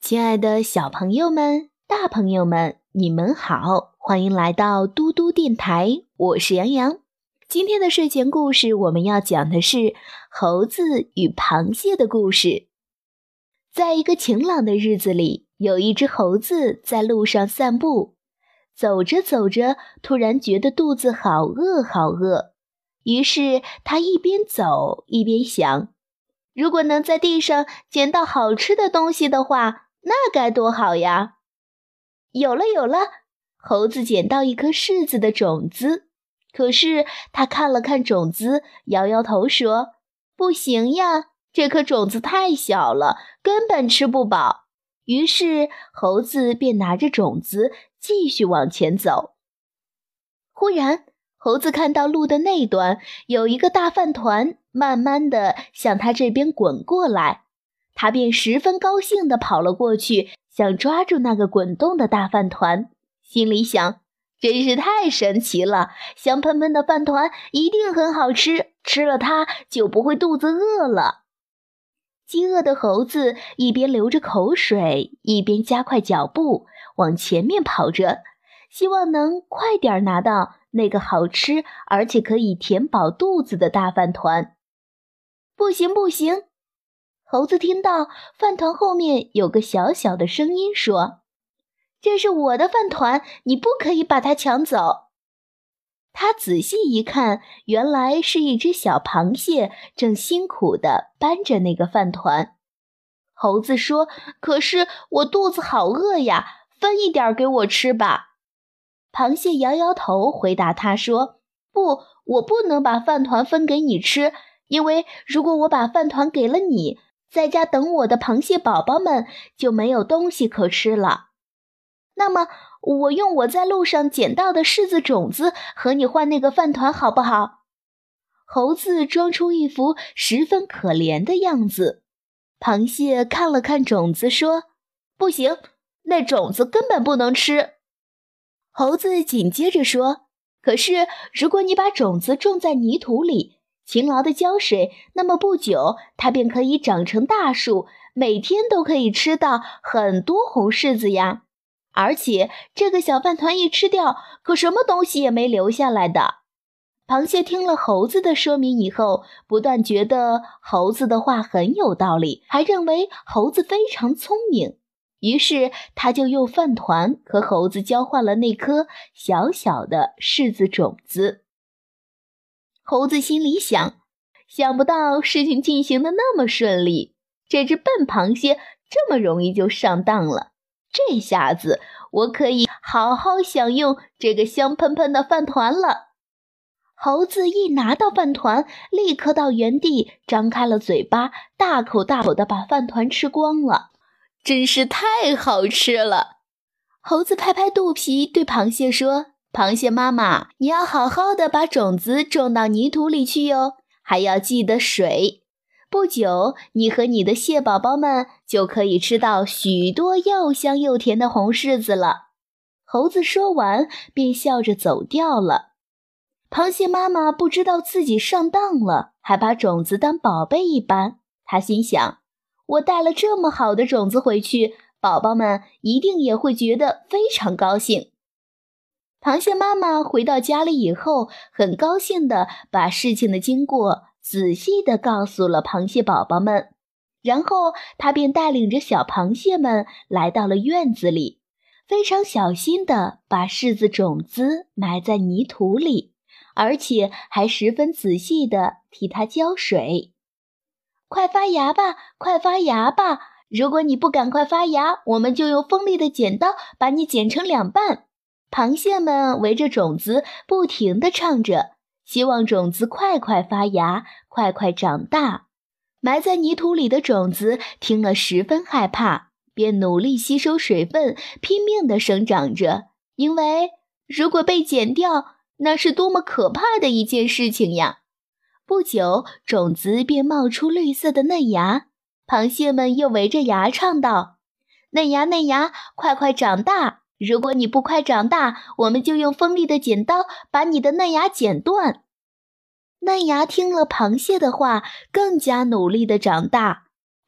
亲爱的小朋友们、大朋友们，你们好，欢迎来到嘟嘟电台，我是杨洋。今天的睡前故事我们要讲的是猴子与螃蟹的故事。在一个晴朗的日子里，有一只猴子在路上散步，走着走着，突然觉得肚子好饿好饿，于是他一边走一边想，如果能在地上捡到好吃的东西的话，那该多好呀！有了，猴子捡到一颗柿子的种子，可是他看了看种子，摇摇头说，不行呀，这颗种子太小了，根本吃不饱。于是猴子便拿着种子继续往前走。忽然，猴子看到路的那端有一个大饭团慢慢地向他这边滚过来，他便十分高兴地跑了过去，想抓住那个滚动的大饭团，心里想，真是太神奇了，香喷喷的饭团一定很好吃，吃了它就不会肚子饿了。饥饿的猴子一边流着口水，一边加快脚步往前面跑着，希望能快点拿到那个好吃而且可以填饱肚子的大饭团。不行，猴子听到饭团后面有个小小的声音说，这是我的饭团，你不可以把它抢走。他仔细一看，原来是一只小螃蟹正辛苦地搬着那个饭团。猴子说，可是我肚子好饿呀，分一点给我吃吧。螃蟹摇摇头回答他说，不，我不能把饭团分给你吃，因为如果我把饭团给了你，在家等我的螃蟹宝宝们就没有东西可吃了。那么我用我在路上捡到的柿子种子和你换那个饭团好不好？猴子装出一副十分可怜的样子。螃蟹看了看种子说，不行，那种子根本不能吃。猴子紧接着说，可是如果你把种子种在泥土里，勤劳的浇水，那么不久它便可以长成大树，每天都可以吃到很多红柿子呀。而且这个小饭团一吃掉，可什么东西也没留下来的。螃蟹听了猴子的说明以后，不但觉得猴子的话很有道理，还认为猴子非常聪明。于是他就用饭团和猴子交换了那颗小小的柿子种子。猴子心里想，想不到事情进行得那么顺利，这只笨螃蟹这么容易就上当了。这下子我可以好好享用这个香喷喷的饭团了。猴子一拿到饭团，立刻到原地张开了嘴巴，大口大口地把饭团吃光了，真是太好吃了。猴子拍拍肚皮对螃蟹说，螃蟹妈妈，你要好好的把种子种到泥土里去哟，还要记得水。不久，你和你的蟹宝宝们就可以吃到许多又香又甜的红柿子了。猴子说完，便笑着走掉了。螃蟹妈妈不知道自己上当了，还把种子当宝贝一般。她心想，我带了这么好的种子回去，宝宝们一定也会觉得非常高兴。螃蟹妈妈回到家里以后，很高兴地把事情的经过仔细地告诉了螃蟹宝宝们，然后他便带领着小螃蟹们来到了院子里，非常小心地把柿子种子埋在泥土里，而且还十分仔细地替它浇水。快发芽吧，快发芽吧！如果你不赶快发芽，我们就用锋利的剪刀把你剪成两半。螃蟹们围着种子不停地唱着，希望种子快快发芽，快快长大。埋在泥土里的种子听了十分害怕，便努力吸收水分，拼命地生长着。因为如果被剪掉，那是多么可怕的一件事情呀！不久，种子便冒出绿色的嫩芽。螃蟹们又围着芽唱道：嫩芽，嫩芽，快快长大！如果你不快长大，我们就用锋利的剪刀把你的嫩芽剪断。嫩芽听了螃蟹的话，更加努力地长大。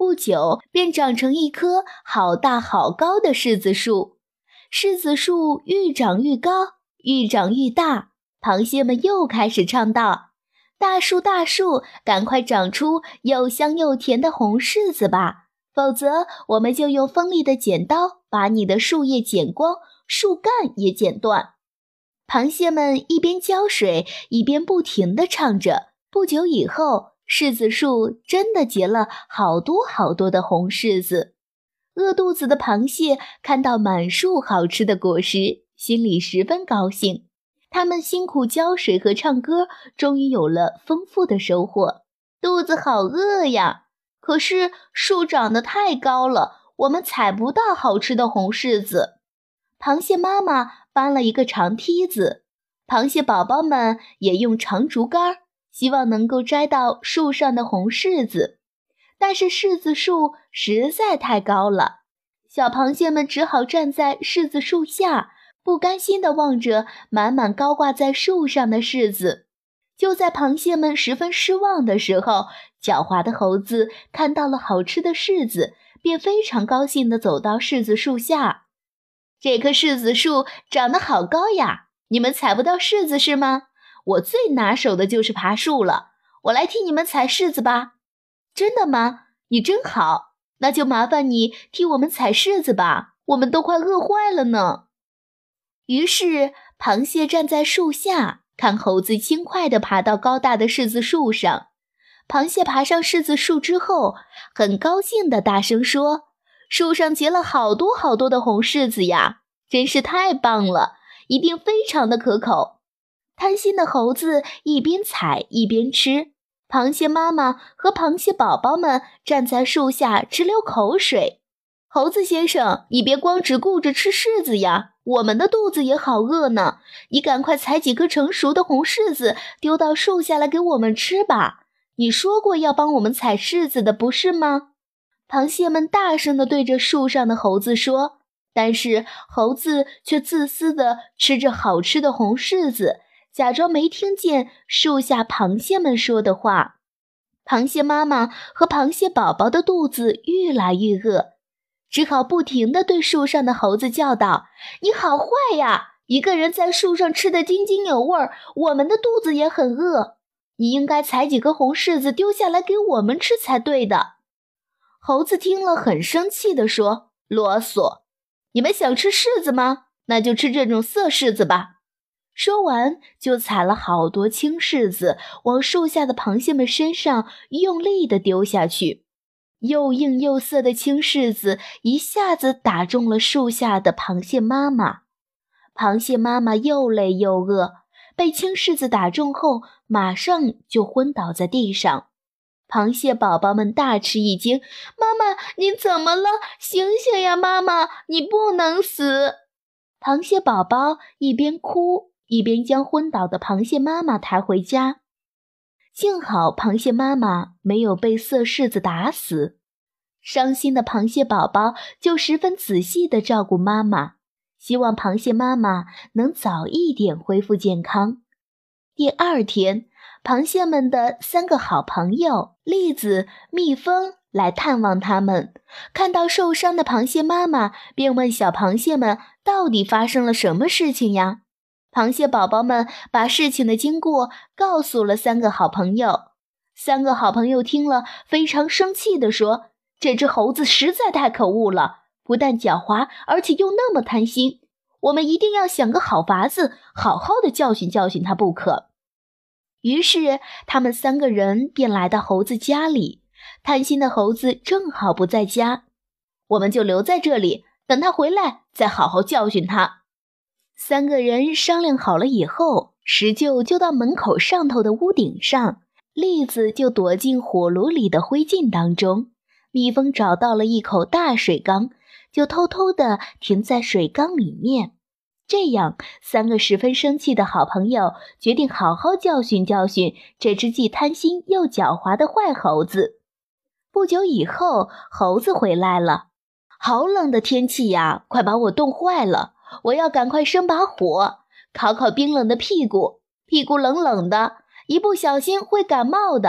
不久便长成一棵好大好高的柿子树。柿子树愈长愈高，愈长愈大，螃蟹们又开始唱道：大树大树，赶快长出又香又甜的红柿子吧，否则我们就用锋利的剪刀把你的树叶剪光，树干也剪断。螃蟹们一边浇水，一边不停地唱着。不久以后，柿子树真的结了好多好多的红柿子。饿肚子的螃蟹看到满树好吃的果实，心里十分高兴。他们辛苦浇水和唱歌，终于有了丰富的收获。肚子好饿呀！可是树长得太高了，我们采不到好吃的红柿子。螃蟹妈妈搬了一个长梯子，螃蟹宝宝们也用长竹竿，希望能够摘到树上的红柿子。但是柿子树实在太高了，小螃蟹们只好站在柿子树下，不甘心地望着满满高挂在树上的柿子。就在螃蟹们十分失望的时候，狡猾的猴子看到了好吃的柿子，便非常高兴地走到柿子树下。这棵柿子树长得好高呀，你们采不到柿子是吗？我最拿手的就是爬树了，我来替你们采柿子吧。真的吗？你真好，那就麻烦你替我们采柿子吧，我们都快饿坏了呢。于是螃蟹站在树下，看猴子轻快地爬到高大的柿子树上。螃蟹爬上柿子树之后，很高兴地大声说：树上结了好多好多的红柿子呀，真是太棒了，一定非常的可口。贪心的猴子一边采一边吃，螃蟹妈妈和螃蟹宝宝们站在树下直流口水。猴子先生，你别光只顾着吃柿子呀，我们的肚子也好饿呢，你赶快采几颗成熟的红柿子丢到树下来给我们吃吧，你说过要帮我们采柿子的，不是吗？螃蟹们大声地对着树上的猴子说，但是猴子却自私地吃着好吃的红柿子，假装没听见树下螃蟹们说的话。螃蟹妈妈和螃蟹宝宝的肚子越来越饿，只好不停地对树上的猴子叫道：你好坏呀，一个人在树上吃得津津有味，我们的肚子也很饿，你应该采几颗红柿子丢下来给我们吃才对的。猴子听了很生气地说：啰嗦，你们想吃柿子吗？那就吃这种涩柿子吧。说完就采了好多青柿子，往树下的螃蟹们身上用力地丢下去。又硬又涩的青柿子一下子打中了树下的螃蟹妈妈。螃蟹妈妈又累又饿，被青柿子打中后马上就昏倒在地上。螃蟹宝宝们大吃一惊，妈妈，您怎么了？醒醒呀，妈妈，你不能死！螃蟹宝宝一边哭，一边将昏倒的螃蟹妈妈抬回家。幸好螃蟹妈妈没有被涩柿子打死，伤心的螃蟹宝宝就十分仔细地照顾妈妈，希望螃蟹妈妈能早一点恢复健康。第二天，螃蟹们的3个好朋友栗子、蜜蜂来探望他们，看到受伤的螃蟹妈妈，便问小螃蟹们到底发生了什么事情呀？螃蟹宝宝们把事情的经过告诉了3个好朋友。3个好朋友听了非常生气地说：这只猴子实在太可恶了，不但狡猾，而且又那么贪心，我们一定要想个好法子，好好的教训教训他不可。于是他们3个人便来到猴子家里，贪心的猴子正好不在家，我们就留在这里，等他回来再好好教训他。3个人商量好了以后，石臼就到门口上头的屋顶上，栗子就躲进火炉里的灰烬当中，蜜蜂找到了一口大水缸，就偷偷地停在水缸里面。这样3个十分生气的好朋友决定好好教训教训这只既贪心又狡猾的坏猴子。不久以后，猴子回来了。好冷的天气呀，快把我冻坏了，我要赶快生把火，烤烤冰冷的屁股，屁股冷冷的，一不小心会感冒的，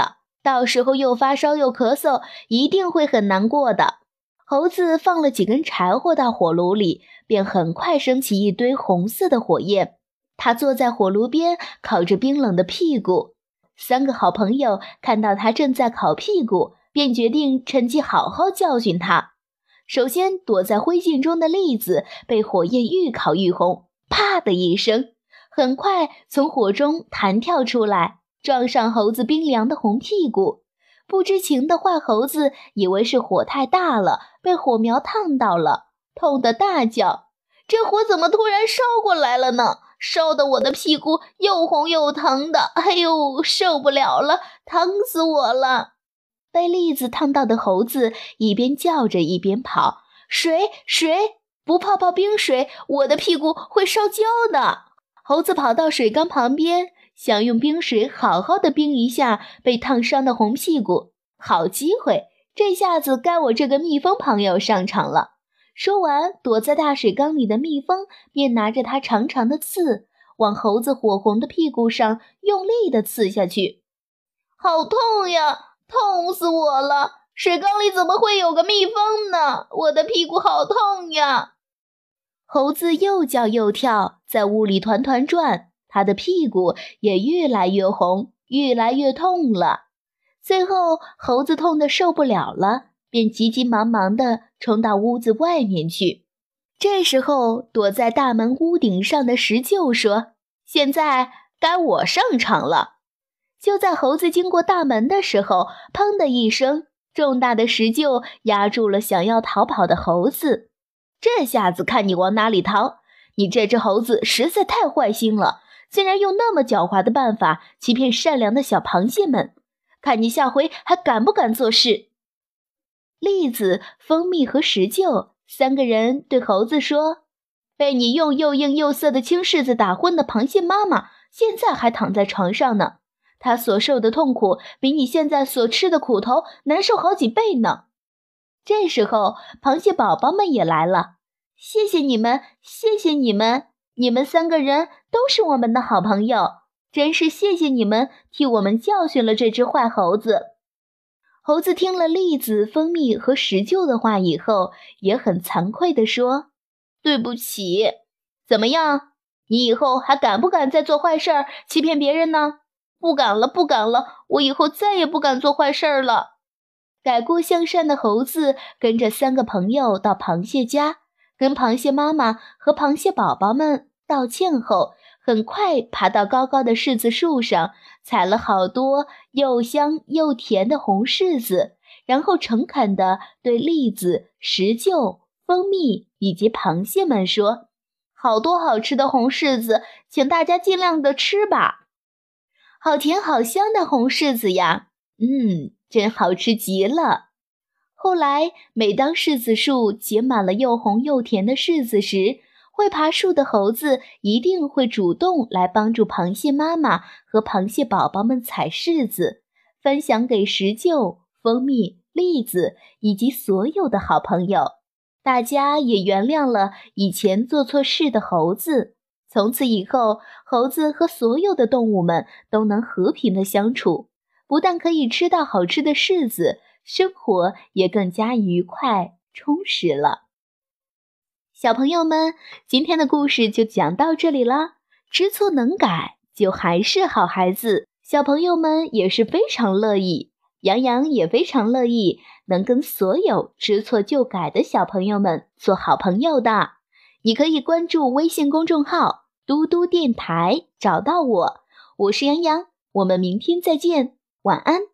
到时候又发烧又咳嗽，一定会很难过的。猴子放了几根柴火到火炉里，便很快升起一堆红色的火焰。他坐在火炉边，烤着冰冷的屁股。3个好朋友看到他正在烤屁股，便决定趁机好好教训他。首先躲在灰烬中的栗子被火焰愈烤愈红，啪的一声，很快从火中弹跳出来，撞上猴子冰凉的红屁股。不知情的坏猴子以为是火太大了，被火苗烫到了，痛得大叫：这火怎么突然烧过来了呢？烧得我的屁股又红又疼的，哎呦，受不了了，疼死我了！被栗子烫到的猴子一边叫着一边跑，水，不泡冰水，我的屁股会烧焦的。猴子跑到水缸旁边，想用冰水好好的冰一下被烫伤的红屁股。好机会，这下子该我这个蜜蜂朋友上场了。说完，躲在大水缸里的蜜蜂便拿着它长长的刺，往猴子火红的屁股上用力地刺下去。好痛呀，痛死我了！水缸里怎么会有个蜜蜂呢？我的屁股好痛呀！猴子又叫又跳，在屋里团团转，他的屁股也越来越红，越来越痛了。最后，猴子痛得受不了了，便急急忙忙地冲到屋子外面去。这时候，躲在大门屋顶上的石臼说：现在该我上场了。就在猴子经过大门的时候，砰的一声，重大的石臼压住了想要逃跑的猴子。这下子看你往哪里逃！你这只猴子实在太坏心了，竟然用那么狡猾的办法欺骗善良的小螃蟹们，看你下回还敢不敢做事！栗子、蜂蜜和石臼3个人对猴子说：被你用又硬又涩的青柿子打昏的螃蟹妈妈，现在还躺在床上呢。她所受的痛苦比你现在所吃的苦头难受好几倍呢。这时候，螃蟹宝宝们也来了。谢谢你们，谢谢你们，你们3个人都是我们的好朋友，真是谢谢你们替我们教训了这只坏猴子。猴子听了栗子、蜂蜜和石臼的话以后，也很惭愧地说：对不起。怎么样？你以后还敢不敢再做坏事儿，欺骗别人呢？不敢了，不敢了，我以后再也不敢做坏事儿了。改过向善的猴子跟着3个朋友到螃蟹家，跟螃蟹妈妈和螃蟹宝宝们道歉后，很快爬到高高的柿子树上，采了好多又香又甜的红柿子，然后诚恳地对栗子、石臼、蜂蜜以及螃蟹们说：好多好吃的红柿子，请大家尽量的吃吧。好甜好香的红柿子呀，真好吃极了。后来，每当柿子树结满了又红又甜的柿子时，会爬树的猴子一定会主动来帮助螃蟹妈妈和螃蟹宝宝们采柿子，分享给石臼、蜂蜜、栗子以及所有的好朋友。大家也原谅了以前做错事的猴子。从此以后，猴子和所有的动物们都能和平的相处，不但可以吃到好吃的柿子，生活也更加愉快充实了。小朋友们，今天的故事就讲到这里啦。知错能改，就还是好孩子。小朋友们也是非常乐意，洋洋也非常乐意能跟所有知错就改的小朋友们做好朋友的。你可以关注微信公众号嘟嘟电台，找到我，我是洋洋，我们明天再见，晚安。